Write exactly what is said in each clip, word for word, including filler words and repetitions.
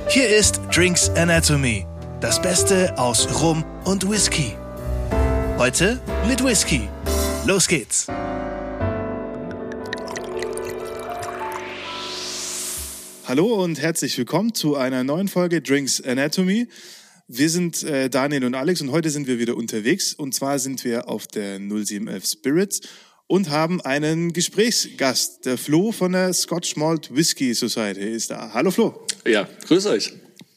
Hier ist Drinks Anatomy, das Beste aus Rum und Whisky. Heute mit Whisky. Los geht's! Hallo und herzlich willkommen zu einer neuen Folge Drinks Anatomy. Wir sind äh, Daniel und Alex und heute sind wir wieder unterwegs. Und zwar sind wir auf der null sieben elf Spirits und haben einen Gesprächsgast. Der Flo von der Scotch Malt Whisky Society ist da. Hallo Flo. Ja, grüß euch.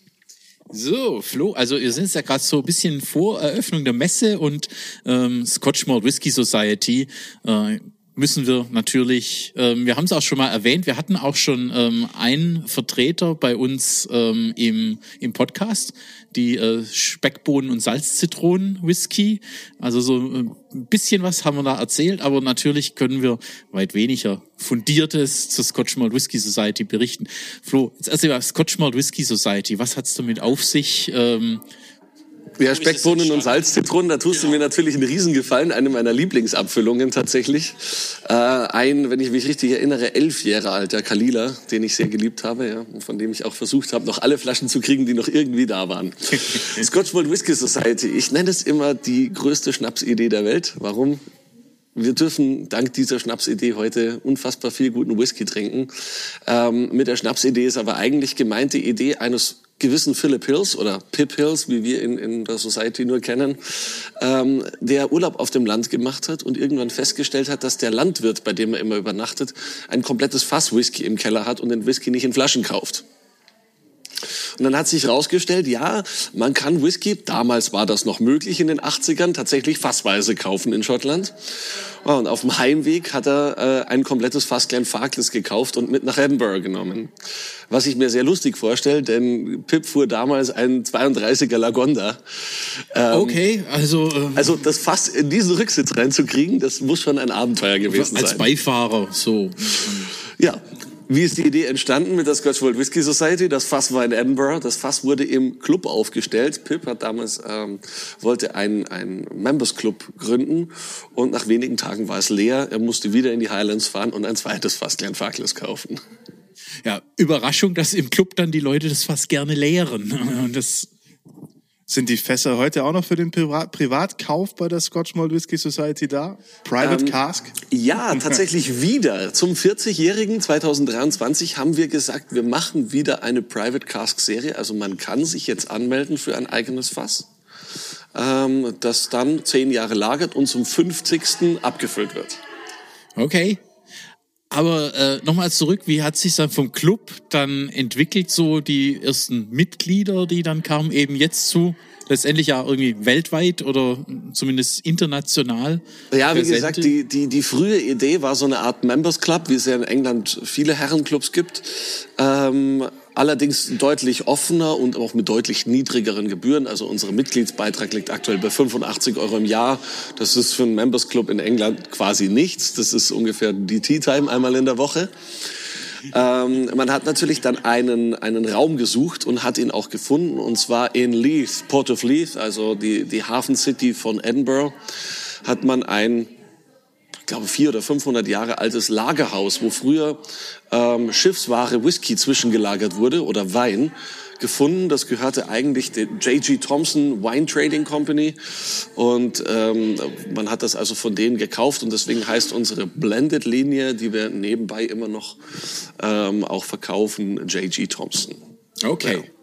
So, Flo, also ihr sind ja gerade so ein bisschen vor Eröffnung der Messe und ähm, Scotch Malt Whisky Society äh, müssen wir natürlich, ähm, wir haben es auch schon mal erwähnt, wir hatten auch schon ähm, einen Vertreter bei uns ähm, im im Podcast, die äh, Speckbohnen- und Salzzitronen-Whisky. Also so ein bisschen was haben wir da erzählt, aber natürlich können wir weit weniger Fundiertes zur Scotch Malt Whisky Society berichten. Flo, jetzt erzähl mal, Scotch Malt Whisky Society, was hat's damit auf sich? Ähm, Ja, Speckbohnen und Salzzitronen, da tust du mir natürlich einen Riesengefallen, eine meiner Lieblingsabfüllungen tatsächlich. Äh, ein, wenn ich mich richtig erinnere, elf Jahre alter Kalila, den ich sehr geliebt habe, ja, und von dem ich auch versucht habe, noch alle Flaschen zu kriegen, die noch irgendwie da waren. Scotch Malt Whisky Society, ich nenne es immer die größte Schnapsidee der Welt. Warum? Wir dürfen dank dieser Schnapsidee heute unfassbar viel guten Whisky trinken. Ähm, mit der Schnapsidee ist aber eigentlich gemeint die Idee eines gewissen Philip Hills oder Pip Hills, wie wir ihn in der Society nur kennen, ähm, der Urlaub auf dem Land gemacht hat und irgendwann festgestellt hat, dass der Landwirt, bei dem er immer übernachtet, ein komplettes Fass Whisky im Keller hat und den Whisky nicht in Flaschen kauft. Und dann hat sich herausgestellt, ja, man kann Whisky, damals war das noch möglich in den achtzigern, tatsächlich fassweise kaufen in Schottland. Und auf dem Heimweg hat er äh, ein komplettes Fass Glenfarclas gekauft und mit nach Edinburgh genommen. Was ich mir sehr lustig vorstelle, denn Pip fuhr damals einen zweiunddreißiger Lagonda. Ähm, okay, also... Ähm, also das Fass in diesen Rücksitz reinzukriegen, das muss schon ein Abenteuer gewesen als sein. Als Beifahrer, so. Ja. Wie ist die Idee entstanden mit der Scotch Malt Whisky Society? Das Fass war in Edinburgh. Das Fass wurde im Club aufgestellt. Pip hat damals ähm, wollte einen einen Members Club gründen und nach wenigen Tagen war es leer. Er musste wieder in die Highlands fahren und ein zweites Fass Glenfarclas kaufen. Ja, Überraschung, dass im Club dann die Leute das Fass gerne leeren. Und das Sind die Fässer heute auch noch für den Privat- Privatkauf bei der Scotch Malt Whisky Society da? Private ähm, Cask? Ja, tatsächlich wieder. Zum vierzigjährigen zweitausenddreiundzwanzig haben wir gesagt, wir machen wieder eine Private Cask Serie. Also man kann sich jetzt anmelden für ein eigenes Fass, ähm, das dann zehn Jahre lagert und zum fünfzigsten abgefüllt wird. Okay. Aber äh, nochmal zurück, wie hat sich dann vom Club dann entwickelt, so die ersten Mitglieder, die dann kamen, eben jetzt zu, letztendlich ja irgendwie weltweit oder zumindest international? Ja, wie präsent. gesagt, die, die, die frühe Idee war so eine Art Members Club, wie es ja in England viele Herrenclubs gibt. Ähm, allerdings deutlich offener und auch mit deutlich niedrigeren Gebühren. Also unser Mitgliedsbeitrag liegt aktuell bei fünfundachtzig Euro im Jahr. Das ist für einen Members Club in England quasi nichts. Das ist ungefähr die Tea Time einmal in der Woche. Ähm, man hat natürlich dann einen, einen Raum gesucht und hat ihn auch gefunden. Und zwar in Leith, Port of Leith, also die, die Hafen City von Edinburgh, hat man ein, ich glaube, vierhundert oder fünfhundert Jahre altes Lagerhaus, wo früher ähm, Schiffsware Whisky zwischengelagert wurde oder Wein, gefunden. Das gehörte eigentlich der J G Thomson Wine Trading Company und ähm, man hat das also von denen gekauft und deswegen heißt unsere Blended-Linie, die wir nebenbei immer noch ähm, auch verkaufen, J G Thomson. Okay. Ja.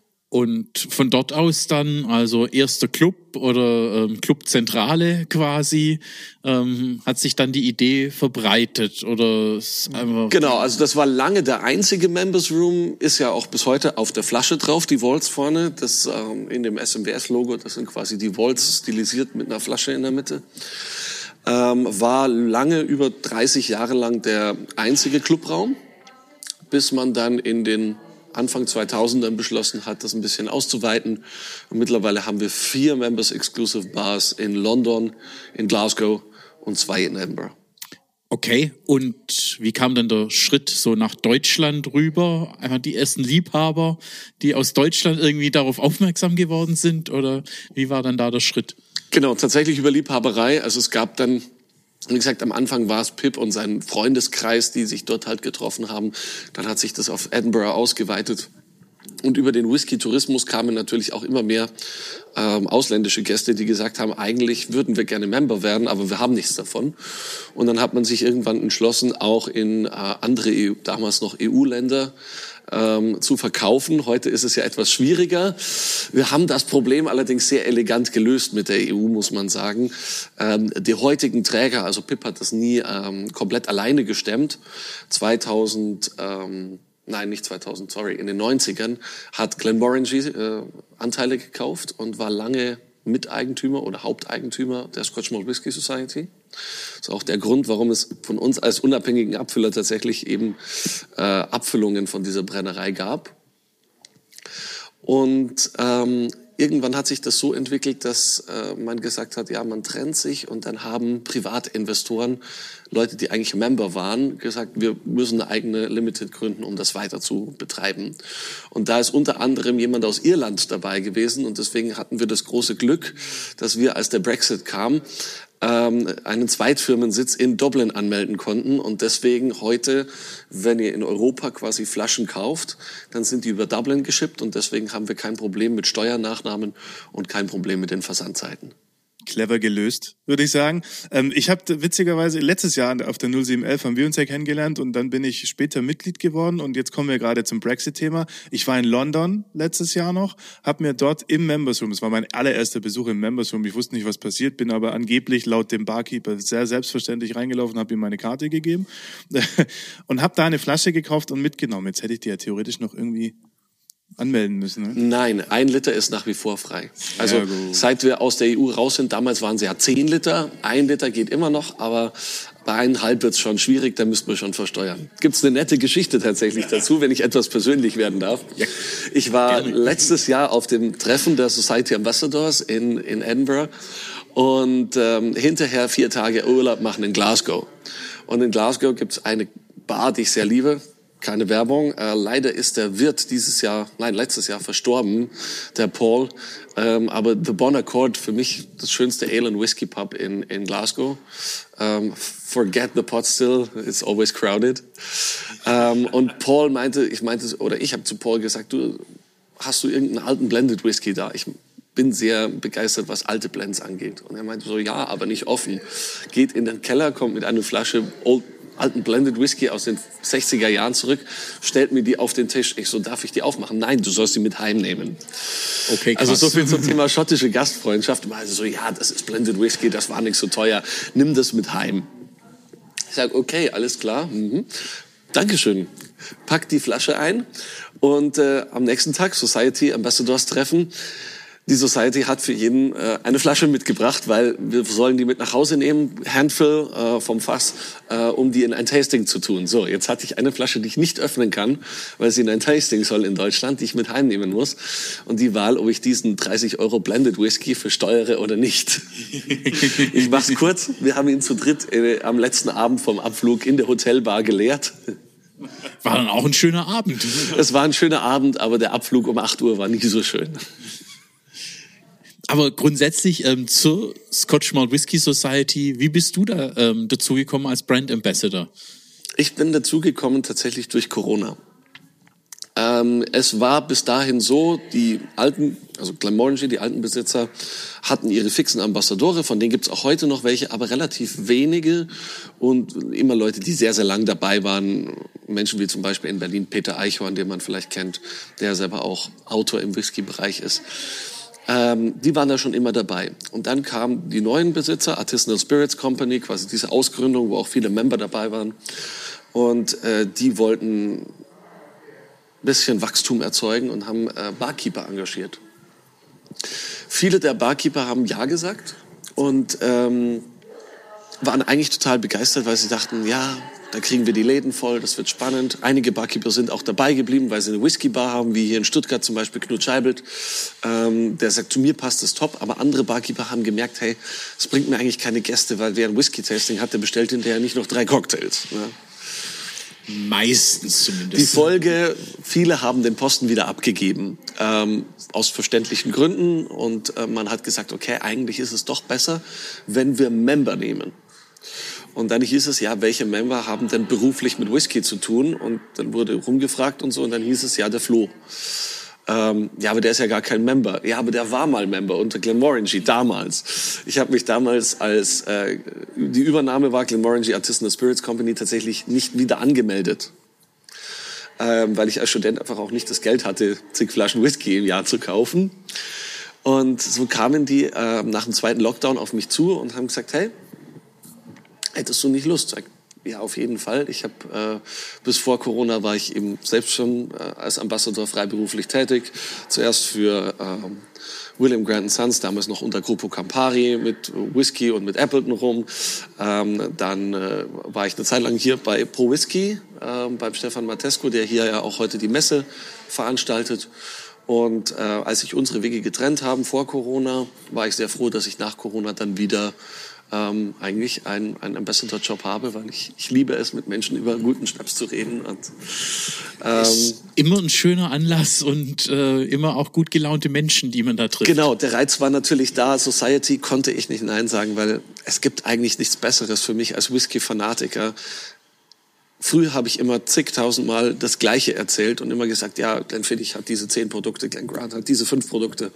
Und von dort aus dann, also erster Club oder ähm, Clubzentrale quasi, ähm, hat sich dann die Idee verbreitet oder einfach genau, also das war lange der einzige Members Room, ist ja auch bis heute auf der Flasche drauf, die Vaults vorne, das ähm, in dem S M W S-Logo, das sind quasi die Vaults stilisiert mit einer Flasche in der Mitte. Ähm, war lange, über dreißig Jahre lang der einzige Clubraum, bis man dann in den Anfang zweitausendern beschlossen hat, das ein bisschen auszuweiten. Und mittlerweile haben wir vier Members-Exclusive Bars in London, in Glasgow und zwei in Edinburgh. Okay, und wie kam dann der Schritt so nach Deutschland rüber? Einfach die ersten Liebhaber, die aus Deutschland irgendwie darauf aufmerksam geworden sind? Oder wie war dann da der Schritt? Genau, tatsächlich über Liebhaberei. Also es gab dann, wie gesagt, am Anfang war es Pip und sein Freundeskreis, die sich dort halt getroffen haben. Dann hat sich das auf Edinburgh ausgeweitet. Und über den Whisky-Tourismus kamen natürlich auch immer mehr ähm, ausländische Gäste, die gesagt haben, eigentlich würden wir gerne Member werden, aber wir haben nichts davon. Und dann hat man sich irgendwann entschlossen, auch in äh, andere, E U, damals noch E U-Länder, ähm, zu verkaufen. Heute ist es ja etwas schwieriger. Wir haben das Problem allerdings sehr elegant gelöst mit der E U, muss man sagen. Ähm, die heutigen Träger, also Pip hat das nie ähm, komplett alleine gestemmt. zweitausend... Ähm, Nein, nicht zweitausend, sorry. In den neunzigern hat Glenmorangie äh, Anteile gekauft und war lange Miteigentümer oder Haupteigentümer der Scotch Malt Whisky Society. Das ist auch der Grund, warum es von uns als unabhängigen Abfüller tatsächlich eben äh, Abfüllungen von dieser Brennerei gab. Und ähm, irgendwann hat sich das so entwickelt, dass äh, man gesagt hat, ja, man trennt sich, und dann haben Privatinvestoren, Leute, die eigentlich Member waren, gesagt, wir müssen eine eigene Limited gründen, um das weiter zu betreiben. Und da ist unter anderem jemand aus Irland dabei gewesen, und deswegen hatten wir das große Glück, dass wir, als der Brexit kam, einen Zweitfirmensitz in Dublin anmelden konnten, und deswegen heute, wenn ihr in Europa quasi Flaschen kauft, dann sind die über Dublin geschippt, und deswegen haben wir kein Problem mit Steuernachnahmen und kein Problem mit den Versandzeiten. Clever gelöst, würde ich sagen. Ähm, ich habe witzigerweise letztes Jahr auf der null sieben elf haben wir uns ja kennengelernt, und dann bin ich später Mitglied geworden, und jetzt kommen wir gerade zum Brexit-Thema. Ich war in London letztes Jahr noch, habe mir dort im Members Room, es war mein allererster Besuch im Members Room, ich wusste nicht, was passiert, bin aber angeblich laut dem Barkeeper sehr selbstverständlich reingelaufen, habe ihm meine Karte gegeben und habe da eine Flasche gekauft und mitgenommen. Jetzt hätte ich die ja theoretisch noch irgendwie anmelden müssen, ne? Nein, ein Liter ist nach wie vor frei. Also ja, seit wir aus der E U raus sind, damals waren sie ja zehn Liter, ein Liter geht immer noch, aber bei eineinhalb wird es schon schwierig, da müssten wir schon versteuern. Gibt es eine nette Geschichte tatsächlich dazu, wenn ich etwas persönlich werden darf. Ja. Ich war Gerne. letztes Jahr auf dem Treffen der Society Ambassadors in, in Edinburgh und ähm, hinterher vier Tage Urlaub machen in Glasgow. Und in Glasgow gibt es eine Bar, die ich sehr liebe. Keine Werbung. Äh, leider ist der Wirt dieses Jahr, nein, letztes Jahr verstorben, der Paul. Ähm, aber The Bon Accord, für mich das schönste Ale and Whisky Pub in, in Glasgow. Ähm, forget the pot still, it's always crowded. Ähm, und Paul meinte, ich meinte, oder ich habe zu Paul gesagt, du, hast du irgendeinen alten Blended Whisky da? Ich bin sehr begeistert, was alte Blends angeht. Und er meinte so, ja, aber nicht offen. Geht in den Keller, kommt mit einer Flasche Old alten Blended Whisky aus den sechziger Jahren zurück, stellt mir die auf den Tisch. Ich so, darf ich die aufmachen? Nein, du sollst die mit heimnehmen. Okay, krass. Also so viel zum Thema schottische Gastfreundschaft. Also so, ja, das ist Blended Whisky, das war nicht so teuer. Nimm das mit heim. Ich sage, okay, alles klar. Mhm. Dankeschön. Pack die Flasche ein, und äh, am nächsten Tag Society Ambassadors Treffen. Die Society hat für jeden äh, eine Flasche mitgebracht, weil wir sollen die mit nach Hause nehmen, Handfill äh, vom Fass, äh, um die in ein Tasting zu tun. So, jetzt hatte ich eine Flasche, die ich nicht öffnen kann, weil sie in ein Tasting soll in Deutschland, die ich mit heimnehmen muss. Und die Wahl, ob ich diesen dreißig Euro Blended Whisky versteuere oder nicht. Ich mach's kurz. Wir haben ihn zu dritt äh, am letzten Abend vom Abflug in der Hotelbar geleert. War dann auch ein schöner Abend. Es war ein schöner Abend, aber der Abflug um acht Uhr war nicht so schön. Aber grundsätzlich ähm, zur Scotch Malt Whisky Society, wie bist du da ähm, dazugekommen als Brand Ambassador? Ich bin dazugekommen tatsächlich durch Corona. Ähm, es war bis dahin so, die alten, also Glenmorangie, die alten Besitzer, hatten ihre fixen Ambassadore, von denen gibt's auch heute noch welche, aber relativ wenige, und immer Leute, die sehr, sehr lang dabei waren. Menschen wie zum Beispiel in Berlin Peter Eichhorn, den man vielleicht kennt, der selber auch Autor im Whisky-Bereich ist. Ähm, die waren da schon immer dabei. Und dann kamen die neuen Besitzer, Artisanal Spirits Company, quasi diese Ausgründung, wo auch viele Member dabei waren. Und äh, die wollten ein bisschen Wachstum erzeugen und haben äh, Barkeeper engagiert. Viele der Barkeeper haben Ja gesagt und ähm, waren eigentlich total begeistert, weil sie dachten, ja, da kriegen wir die Läden voll, das wird spannend. Einige Barkeeper sind auch dabei geblieben, weil sie eine Whisky-Bar haben, wie hier in Stuttgart zum Beispiel Knut Scheibelt. Ähm, der sagt, zu mir passt das top. Aber andere Barkeeper haben gemerkt, hey, es bringt mir eigentlich keine Gäste, weil wer ein Whisky-Tasting hat, der bestellt hinterher nicht noch drei Cocktails. Ne? Meistens zumindest. Die Folge, viele haben den Posten wieder abgegeben, ähm, aus verständlichen Gründen. Und äh, man hat gesagt, okay, eigentlich ist es doch besser, wenn wir Member nehmen. Und dann hieß es, ja, welche Member haben denn beruflich mit Whisky zu tun? Und dann wurde rumgefragt und so, und dann hieß es, ja, der Flo. Ähm, ja, aber der ist ja gar kein Member. Ja, aber der war mal Member unter Glenmorangie damals. Ich habe mich damals als äh, die Übernahme war Glenmorangie Artisanal Spirits Company tatsächlich nicht wieder angemeldet. Ähm, weil ich als Student einfach auch nicht das Geld hatte, zig Flaschen Whisky im Jahr zu kaufen. Und so kamen die äh, nach dem zweiten Lockdown auf mich zu und haben gesagt, hey, hättest du nicht Lust? Sag, ja, auf jeden Fall. Ich habe äh, bis vor Corona war ich eben selbst schon äh, als Ambassador freiberuflich tätig. Zuerst für ähm, William Grant and Sons, damals noch unter Gruppo Campari mit Whisky und mit Appleton rum. Ähm, dann äh, war ich eine Zeit lang hier bei Pro Whisky, äh, beim Stefan Matesco, der hier ja auch heute die Messe veranstaltet. Und äh, als sich unsere Wege getrennt haben vor Corona, war ich sehr froh, dass ich nach Corona dann wieder ähm, eigentlich einen, einen Ambassador-Job habe, weil ich, ich liebe es, mit Menschen über guten Schnaps zu reden. Und, ähm, ist immer ein schöner Anlass und äh, immer auch gut gelaunte Menschen, die man da trifft. Genau, der Reiz war natürlich da. Society konnte ich nicht Nein sagen, weil es gibt eigentlich nichts Besseres für mich als Whisky-Fanatiker. Früher habe ich immer zigtausendmal das Gleiche erzählt und immer gesagt, ja, Glenfiddich hat diese zehn Produkte, Glen Grant hat diese fünf Produkte.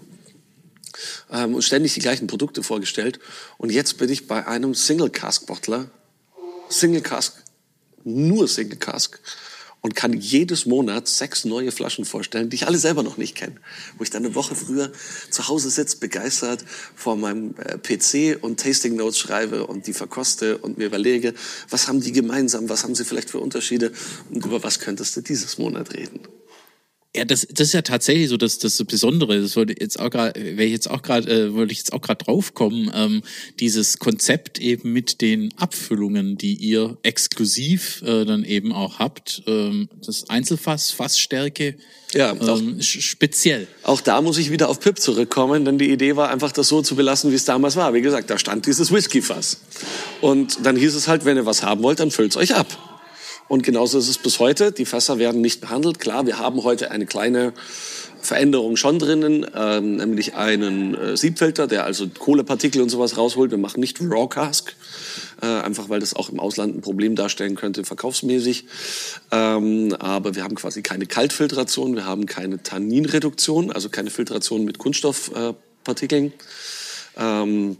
Ähm, und ständig die gleichen Produkte vorgestellt. Und jetzt bin ich bei einem Single-Cask-Bottler, Single-Cask, nur Single-Cask, und kann jedes Monat sechs neue Flaschen vorstellen, die ich alle selber noch nicht kenne. Wo ich dann eine Woche früher zu Hause sitze, begeistert vor meinem äh, P C und Tasting Notes schreibe und die verkoste und mir überlege, was haben die gemeinsam, was haben sie vielleicht für Unterschiede und über was könntest du dieses Monat reden. Ja, das, das ist ja tatsächlich so das, das Besondere. Das wollte jetzt auch gerade, wäre ich jetzt auch gerade, äh, wollte ich jetzt auch gerade draufkommen. Ähm, dieses Konzept eben mit den Abfüllungen, die ihr exklusiv äh, dann eben auch habt. Ähm, das Einzelfass, Fassstärke, ja, auch, ähm, speziell. Auch da muss ich wieder auf Pip zurückkommen, denn die Idee war einfach, das so zu belassen, wie es damals war. Wie gesagt, da stand dieses Whiskyfass. Und dann hieß es halt, wenn ihr was haben wollt, dann füllt's euch ab. Und genauso ist es bis heute. Die Fässer werden nicht behandelt. Klar, wir haben heute eine kleine Veränderung schon drinnen, ähm, nämlich einen äh, Siebfilter, der also Kohlepartikel und sowas rausholt. Wir machen nicht Raw Cask, äh, einfach weil das auch im Ausland ein Problem darstellen könnte, verkaufsmäßig. Ähm, aber wir haben quasi keine Kaltfiltration, wir haben keine Tanninreduktion, also keine Filtration mit Kunststoffpartikeln. Äh, ähm,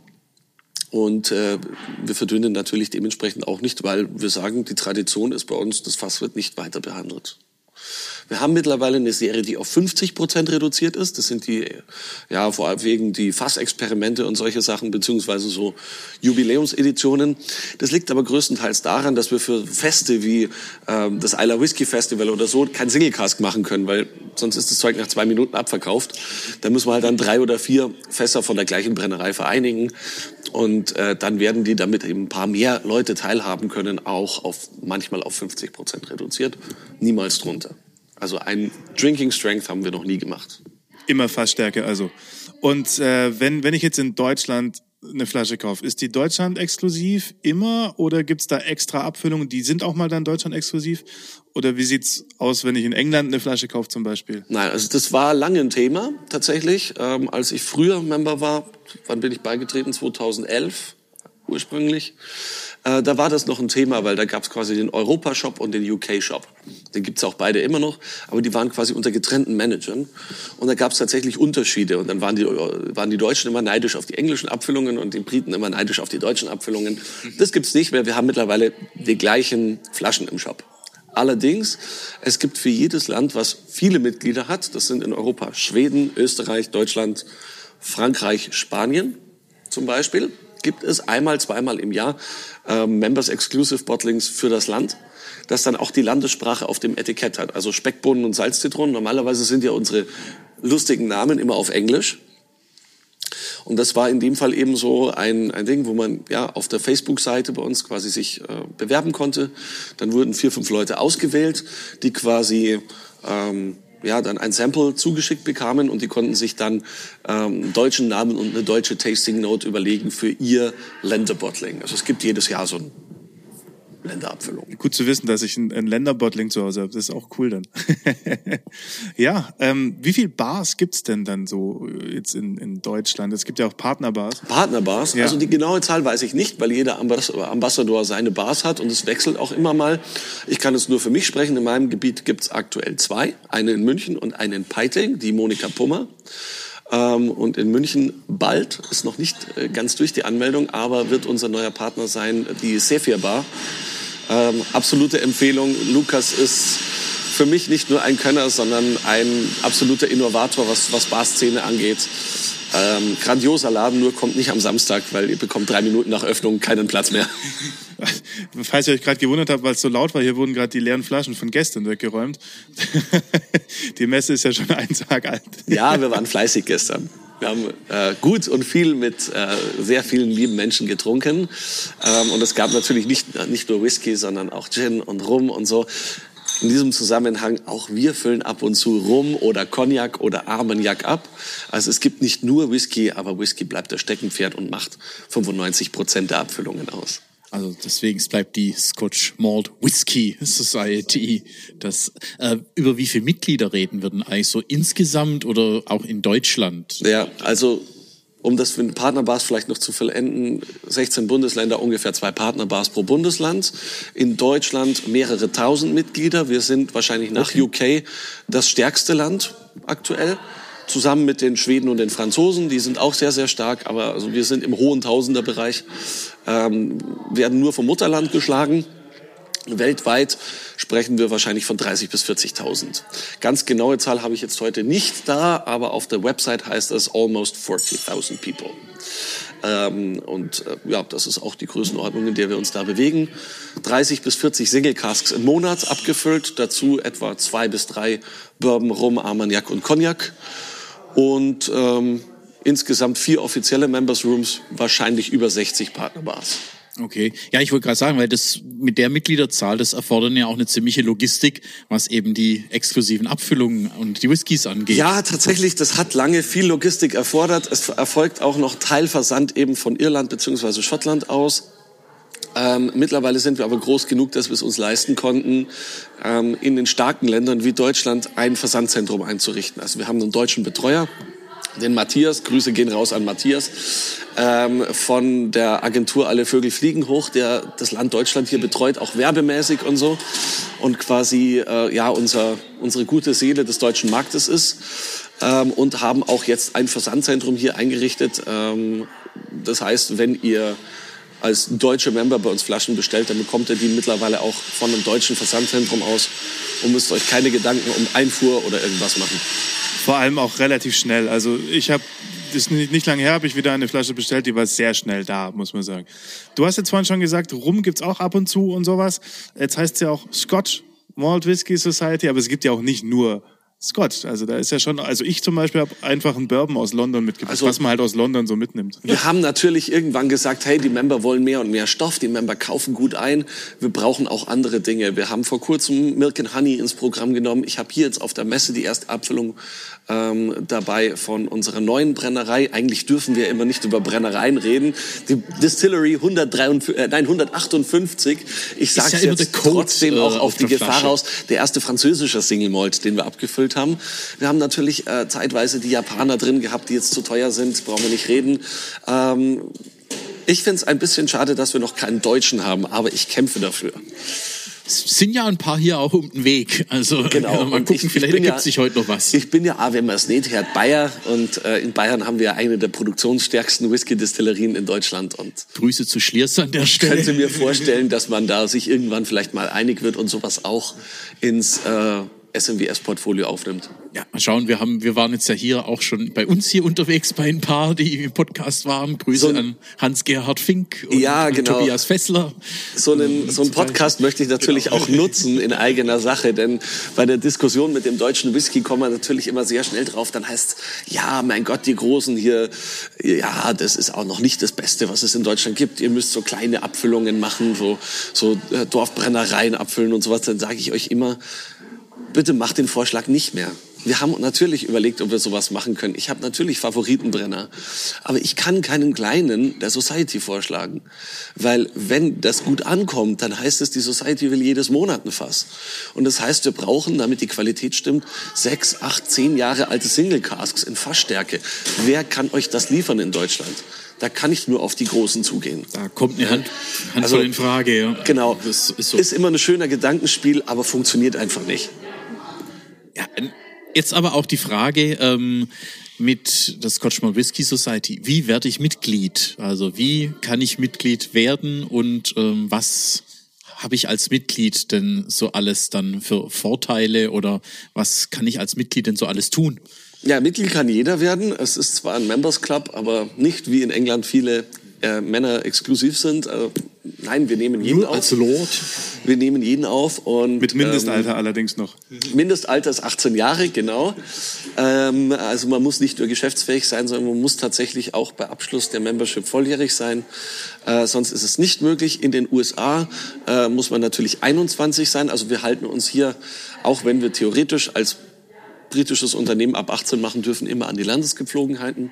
Und äh, wir verdünnen natürlich dementsprechend auch nicht, weil wir sagen, die Tradition ist bei uns, das Fass wird nicht weiter behandelt. Wir haben mittlerweile eine Serie, die auf fünfzig Prozent reduziert ist. Das sind die, ja, vor allem wegen die Fassexperimente und solche Sachen, beziehungsweise so Jubiläumseditionen. Das liegt aber größtenteils daran, dass wir für Feste wie ähm, das Isla Whisky Festival oder so kein Single Cask machen können, weil sonst ist das Zeug nach zwei Minuten abverkauft. Da müssen wir halt dann drei oder vier Fässer von der gleichen Brennerei vereinigen. Und äh, dann werden die, damit eben ein paar mehr Leute teilhaben können, auch auf manchmal auf fünfzig Prozent reduziert. Niemals drunter. Also ein Drinking Strength haben wir noch nie gemacht. Immer Fassstärke also. Und äh, wenn, wenn ich jetzt in Deutschland eine Flasche kaufe, ist die Deutschland exklusiv immer oder gibt's da extra Abfüllungen, die sind auch mal dann Deutschland exklusiv? Oder wie sieht's aus, wenn ich in England eine Flasche kaufe zum Beispiel? Nein, also das war lange ein Thema tatsächlich. Ähm, als ich früher Member war, wann bin ich beigetreten? zweitausendelf ursprünglich. Äh, da war das noch ein Thema, weil da gab's quasi den Europa-Shop und den U K-Shop. Den gibt's auch beide immer noch, aber die waren quasi unter getrennten Managern. Und da gab's tatsächlich Unterschiede. Und dann waren die, waren die Deutschen immer neidisch auf die englischen Abfüllungen und die Briten immer neidisch auf die deutschen Abfüllungen. Das gibt's nicht mehr. Wir haben mittlerweile die gleichen Flaschen im Shop. Allerdings, es gibt für jedes Land, was viele Mitglieder hat, das sind in Europa Schweden, Österreich, Deutschland, Frankreich, Spanien zum Beispiel, gibt es einmal, zweimal im Jahr äh, Members Exclusive Bottlings für das Land, das dann auch die Landessprache auf dem Etikett hat. Also Speckbohnen und Salzzitronen. Normalerweise sind ja unsere lustigen Namen immer auf Englisch. Und das war in dem Fall eben so ein, ein Ding, wo man ja auf der Facebook-Seite bei uns quasi sich äh, bewerben konnte. Dann wurden vier, fünf Leute ausgewählt, die quasi ähm, ja dann ein Sample zugeschickt bekamen und die konnten sich dann ähm, einen deutschen Namen und eine deutsche Tasting Note überlegen für ihr Länderbottling. Also es gibt jedes Jahr so ein Länderabfüllung. Gut zu wissen, dass ich ein, ein Länderbottling zu Hause habe. Das ist auch cool dann. Ja, ähm, wie viel Bars gibt's denn dann so jetzt in, in Deutschland? Es gibt ja auch Partnerbars. Partnerbars? Ja. Also die genaue Zahl weiß ich nicht, weil jeder Ambassador seine Bars hat und es wechselt auch immer mal. Ich kann es nur für mich sprechen. In meinem Gebiet gibt's aktuell zwei. Eine in München und eine in Peiting, die Monika Pummer. Ähm, und in München bald, ist noch nicht äh, ganz durch die Anmeldung, aber wird unser neuer Partner sein, die Sephir Bar. Ähm, absolute Empfehlung. Lukas ist für mich nicht nur ein Könner, sondern ein absoluter Innovator, was, was Barszene angeht. Ähm, grandioser Laden, nur kommt nicht am Samstag, weil ihr bekommt drei Minuten nach Öffnung keinen Platz mehr. Falls ihr euch gerade gewundert habt, weil es so laut war, hier wurden gerade die leeren Flaschen von gestern weggeräumt. Die Messe ist ja schon einen Tag alt. Ja, wir waren fleißig gestern. Wir haben äh, gut und viel mit äh, sehr vielen lieben Menschen getrunken. Ähm, und es gab natürlich nicht, nicht nur Whisky, sondern auch Gin und Rum und so. In diesem Zusammenhang, auch wir füllen ab und zu Rum oder Cognac oder Armagnac ab. Also es gibt nicht nur Whisky, aber Whisky bleibt das Steckenpferd und macht fünfundneunzig Prozent der Abfüllungen aus. Also deswegen, es bleibt die Scotch Malt Whisky Society. Das, äh, über wie viele Mitglieder reden wir denn eigentlich so insgesamt oder auch in Deutschland? Ja, also um das für den Partnerbars vielleicht noch zu vollenden, sechzehn Bundesländer, ungefähr zwei Partnerbars pro Bundesland. In Deutschland mehrere tausend Mitglieder. Wir sind wahrscheinlich nach okay. U K das stärkste Land aktuell. Zusammen mit den Schweden und den Franzosen, die sind auch sehr, sehr stark, aber also wir sind im hohen Tausenderbereich, ähm, werden nur vom Mutterland geschlagen. Weltweit sprechen wir wahrscheinlich von dreißig bis vierzigtausend. Ganz genaue Zahl habe ich jetzt heute nicht da, aber auf der Website heißt es almost forty-thousand people. Ähm, und äh, ja, das ist auch die Größenordnung, in der wir uns da bewegen. dreißig bis vierzig Single Casks im Monat abgefüllt, dazu etwa zwei bis drei Bourbon, Rum, Armagnac und Cognac. Und ähm, insgesamt vier offizielle Members Rooms, wahrscheinlich über sechzig Partnerbars. Okay. Ja, ich wollte gerade sagen, weil das mit der Mitgliederzahl, das erfordert ja auch eine ziemliche Logistik, was eben die exklusiven Abfüllungen und die Whiskys angeht. Ja, tatsächlich, das hat lange viel Logistik erfordert. Es erfolgt auch noch Teilversand eben von Irland bzw. Schottland aus. Ähm, mittlerweile sind wir aber groß genug, dass wir es uns leisten konnten, ähm, in den starken Ländern wie Deutschland ein Versandzentrum einzurichten. Also wir haben einen deutschen Betreuer, den Matthias, Grüße gehen raus an Matthias, ähm, von der Agentur Alle Vögel fliegen hoch, der das Land Deutschland hier betreut, auch werbemäßig und so. Und quasi äh, ja unser, unsere gute Seele des deutschen Marktes ist. Ähm, und haben auch jetzt ein Versandzentrum hier eingerichtet. Ähm, das heißt, wenn ihr als deutsche Member bei uns Flaschen bestellt, dann bekommt ihr die mittlerweile auch von einem deutschen Versandzentrum aus und müsst euch keine Gedanken um Einfuhr oder irgendwas machen. Vor allem auch relativ schnell. Also ich habe, das ist nicht, nicht lange her, habe ich wieder eine Flasche bestellt, die war sehr schnell da, muss man sagen. Du hast jetzt vorhin schon gesagt, Rum gibt's auch ab und zu und sowas. Jetzt heißt es ja auch Scotch Malt Whisky Society, aber es gibt ja auch nicht nur Scotch. Also da ist ja schon, also ich zum Beispiel habe einfach einen Bourbon aus London mitgebracht, also, was man halt aus London so mitnimmt. Wir haben natürlich irgendwann gesagt, hey, die Member wollen mehr und mehr Stoff, die Member kaufen gut ein, wir brauchen auch andere Dinge. Wir haben vor kurzem Milk and Honey ins Programm genommen. Ich habe hier jetzt auf der Messe die erste Abfüllung ähm, dabei von unserer neuen Brennerei. Eigentlich dürfen wir immer nicht über Brennereien reden. Die Distillery hundertdreiundfünfzig, äh, nein, hundertachtundfünfzig. Ich sage es ja jetzt trotzdem auch auf die Gefahr raus. Der erste französische Single Malt, den wir abgefüllt haben. Wir haben natürlich äh, zeitweise die Japaner drin gehabt, die jetzt zu teuer sind, brauchen wir nicht reden. Ähm, ich finde es ein bisschen schade, dass wir noch keinen Deutschen haben, aber ich kämpfe dafür. Es sind ja ein paar hier auch um den Weg. Also genau. Ja, mal gucken, ich, vielleicht ergibt ja, sich heute noch was. Ich bin ja, ah, wenn man es nicht hört, Bayer. Und äh, in Bayern haben wir eine der produktionsstärksten Whisky-Destillerien in Deutschland. Und Grüße zu Schliers an der Stelle. Ich könnte mir vorstellen, dass man da sich irgendwann vielleicht mal einig wird und sowas auch ins äh, S M W S-Portfolio aufnimmt. Ja, mal schauen, wir haben, wir waren jetzt ja hier auch schon bei uns hier unterwegs bei ein paar, die im Podcast waren. Grüße so, an Hans-Gerhard Fink und, ja, genau. und Tobias Fessler. So einen, so einen Podcast möchte ich natürlich genau. auch nutzen in eigener Sache, denn bei der Diskussion mit dem deutschen Whisky kommen wir natürlich immer sehr schnell drauf. Dann heißt ja, mein Gott, die Großen hier, ja, das ist auch noch nicht das Beste, was es in Deutschland gibt. Ihr müsst so kleine Abfüllungen machen, so, so Dorfbrennereien abfüllen und sowas. Dann sage ich euch immer, bitte macht den Vorschlag nicht mehr. wir haben natürlich überlegt, ob wir sowas machen können. Ich habe natürlich Favoritenbrenner, aber ich kann keinen kleinen der Society vorschlagen, weil wenn das gut ankommt, dann heißt es, die Society will jedes Monat ein Fass. Und das heißt, wir brauchen, damit die Qualität stimmt, sechs, acht, zehn Jahre alte Single Casks in Fassstärke. Wer kann euch das liefern in Deutschland? Da kann ich nur auf die Großen zugehen. Da kommt eine Hand, Handvoll also, in Frage. Ja. Genau, das ist, so. ist immer ein schöner Gedankenspiel, aber funktioniert einfach nicht. Ja, jetzt aber auch die Frage ähm, mit der Scotch Malt Whisky Society. Wie werde ich Mitglied? Also wie kann ich Mitglied werden und ähm, was habe ich als Mitglied denn so alles dann für Vorteile oder was kann ich als Mitglied denn so alles tun? Ja, Mitglied kann jeder werden. Es ist zwar ein Members Club, aber nicht wie in England viele äh, Männer exklusiv sind. Also, nein, wir nehmen jeden Nur auf. Als Lord? Wir nehmen jeden auf. Und, Mit Mindestalter ähm, allerdings noch. Mindestalter ist achtzehn Jahre, genau. Ähm, also man muss nicht nur geschäftsfähig sein, sondern man muss tatsächlich auch bei Abschluss der Membership volljährig sein. Äh, sonst ist es nicht möglich. In den U S A äh, muss man natürlich einundzwanzig sein. Also wir halten uns hier, auch wenn wir theoretisch als britisches Unternehmen ab achtzehn machen dürfen, immer an die Landesgepflogenheiten.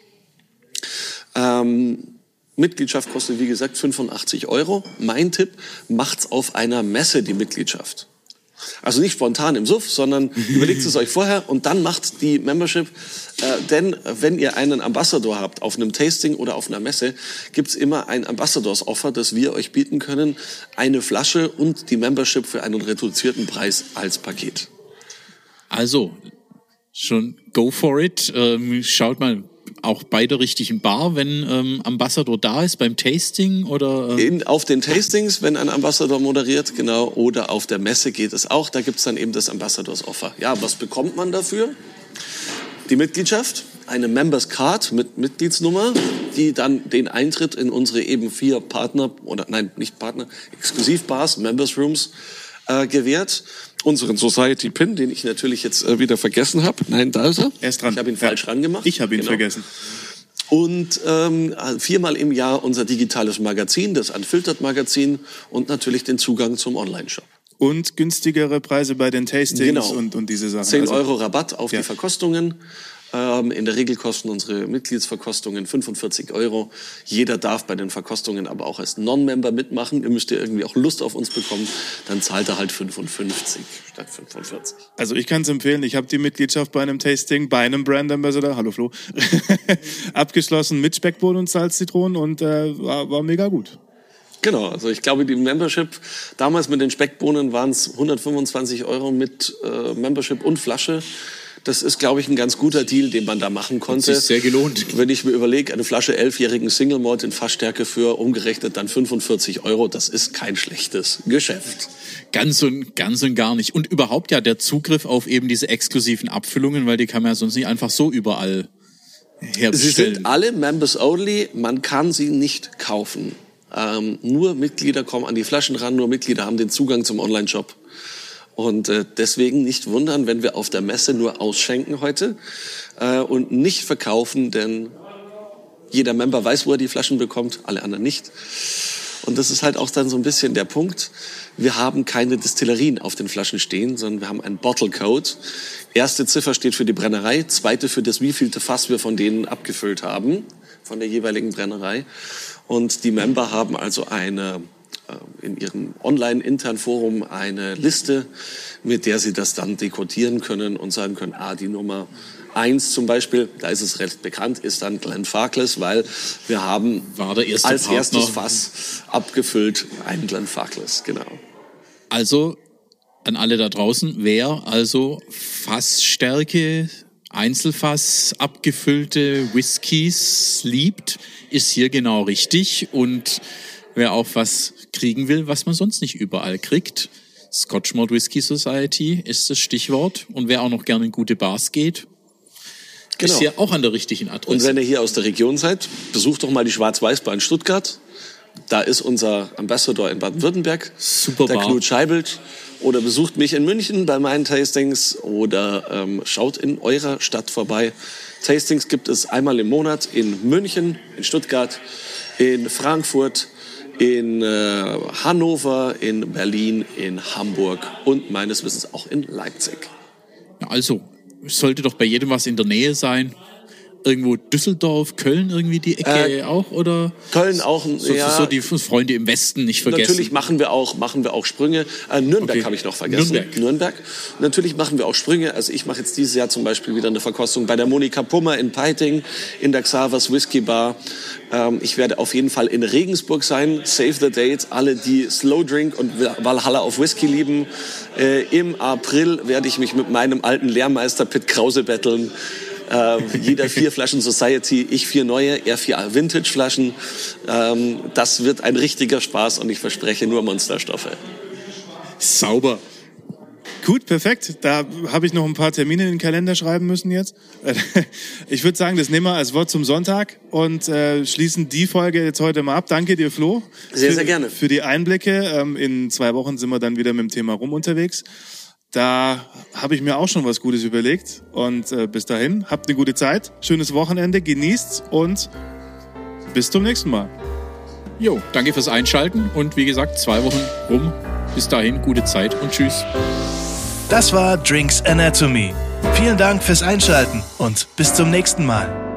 Ähm, Mitgliedschaft kostet, wie gesagt, fünfundachtzig Euro. Mein Tipp, macht's auf einer Messe die Mitgliedschaft. Also nicht spontan im Suff, sondern überlegt es euch vorher und dann macht die Membership. Äh, denn wenn ihr einen Ambassador habt auf einem Tasting oder auf einer Messe, gibt's immer ein Ambassadors-Offer, das wir euch bieten können. Eine Flasche und die Membership für einen reduzierten Preis als Paket. Also, schon go for it. Ähm, schaut mal auch bei der richtigen Bar, wenn ähm, Ambassador da ist, beim Tasting oder? Ähm In, auf den Tastings, wenn ein Ambassador moderiert, genau, oder auf der Messe geht es auch. Da gibt's dann eben das Ambassadors-Offer. Ja, was bekommt man dafür? Die Mitgliedschaft, eine Members Card mit Mitgliedsnummer, die dann den Eintritt in unsere eben vier Partner, oder nein, nicht Partner, Exklusivbars, Members Rooms äh, gewährt. Unseren Society Pin, den ich natürlich jetzt äh, wieder vergessen habe. Nein, da ist er. Er ist dran. Ich habe ihn falsch ja. rangemacht. Ich habe ihn genau. vergessen. Und ähm, viermal im Jahr unser digitales Magazin, das Unfiltered Magazin und natürlich den Zugang zum Online-Shop. Und günstigere Preise bei den Tastings Genau. und, und diese Sachen. zehn Also, Euro Rabatt auf ja. die Verkostungen. Ähm, in der Regel kosten unsere Mitgliedsverkostungen fünfundvierzig Euro. Jeder darf bei den Verkostungen aber auch als Non-Member mitmachen. Ihr müsst ja irgendwie auch Lust auf uns bekommen. Dann zahlt er halt fünfundfünfzig statt fünfundvierzig. Also ich kann es empfehlen. Ich habe die Mitgliedschaft bei einem Tasting, bei einem Brand Ambassador, hallo Flo, abgeschlossen mit Speckbohnen und Salzzitronen und äh, war, war mega gut. Genau, also ich glaube, die Membership, damals mit den Speckbohnen waren es hundertfünfundzwanzig Euro mit äh, Membership und Flasche. Das ist, glaube ich, ein ganz guter Deal, den man da machen konnte. Hat sich sehr gelohnt. Wenn ich mir überlege, eine Flasche elfjährigen Single Malt in Fassstärke für umgerechnet dann fünfundvierzig Euro, das ist kein schlechtes Geschäft. Ganz und, ganz und gar nicht. Und überhaupt ja der Zugriff auf eben diese exklusiven Abfüllungen, weil die kann man ja sonst nicht einfach so überall herbestellen. Sie sind alle Members only, man kann sie nicht kaufen. Ähm, nur Mitglieder kommen an die Flaschen ran, nur Mitglieder haben den Zugang zum Online-Shop. Und äh, deswegen nicht wundern, wenn wir auf der Messe nur ausschenken heute äh, und nicht verkaufen, denn jeder Member weiß, wo er die Flaschen bekommt, alle anderen nicht. Und das ist halt auch dann so ein bisschen der Punkt. Wir haben keine Destillerien auf den Flaschen stehen, sondern wir haben einen Bottle Code. Erste Ziffer steht für die Brennerei, zweite für das wievielte Fass wir von denen abgefüllt haben, von der jeweiligen Brennerei. Und die Member haben also eine in ihrem Online-Intern-Forum eine Liste, mit der sie das dann dekodieren können und sagen können, ah, die Nummer eins zum Beispiel, da ist es recht bekannt, ist dann Glenfarclas, weil wir haben War der erste als Partner. erstes Fass abgefüllt einen Glenfarclas, genau. Also an alle da draußen, wer also Fassstärke, Einzelfass, abgefüllte Whiskys liebt, ist hier genau richtig. Und wer auch was kriegen will, was man sonst nicht überall kriegt, Scotch Malt Whisky Society ist das Stichwort. Und wer auch noch gerne in gute Bars geht, Genau. ist hier auch an der richtigen Adresse. Und wenn ihr hier aus der Region seid, besucht doch mal die Schwarz-Weiß-Bar in Stuttgart. Da ist unser Ambassador in Baden-Württemberg, Super der Bar. Knut Scheibelt. Oder besucht mich in München bei meinen Tastings oder ähm, schaut in eurer Stadt vorbei. Tastings gibt es einmal im Monat in München, in Stuttgart, in Frankfurt, in äh, Hannover, in Berlin, in Hamburg und meines Wissens auch in Leipzig. Ja, also, sollte doch bei jedem was in der Nähe sein. Irgendwo Düsseldorf, Köln irgendwie die Ecke äh, auch, oder? Köln auch, so, ja. So die Freunde im Westen nicht vergessen. Natürlich machen wir auch, machen wir auch Sprünge. Äh, Nürnberg okay. habe ich noch vergessen. Nürnberg. Nürnberg. Natürlich machen wir auch Sprünge. Also ich mache jetzt dieses Jahr zum Beispiel wieder eine Verkostung bei der Monika Pummer in Peiting, in der Xavers Whisky Bar. Ähm, ich werde auf jeden Fall in Regensburg sein. Save the date. Alle, die Slow Drink und Valhalla auf Whisky lieben. Äh, Im April werde ich mich mit meinem alten Lehrmeister Pitt Krause betteln. Äh, jeder vier Flaschen Society, ich vier neue, er vier Vintage-Flaschen. Ähm, das wird ein richtiger Spaß und ich verspreche nur Monsterstoffe. Sauber. Gut, perfekt. Da habe ich noch ein paar Termine in den Kalender schreiben müssen jetzt. Ich würde sagen, das nehmen wir als Wort zum Sonntag und äh, schließen die Folge jetzt heute mal ab. Danke dir, Flo. Sehr, für, sehr gerne. Für die Einblicke. Ähm, in zwei Wochen sind wir dann wieder mit dem Thema Rum unterwegs. Da habe ich mir auch schon was Gutes überlegt. Und äh, bis dahin, habt eine gute Zeit, schönes Wochenende, genießt's und bis zum nächsten Mal. Jo, danke fürs Einschalten und wie gesagt, zwei Wochen rum. Bis dahin, gute Zeit und tschüss. Das war Drinks Anatomy. Vielen Dank fürs Einschalten und bis zum nächsten Mal.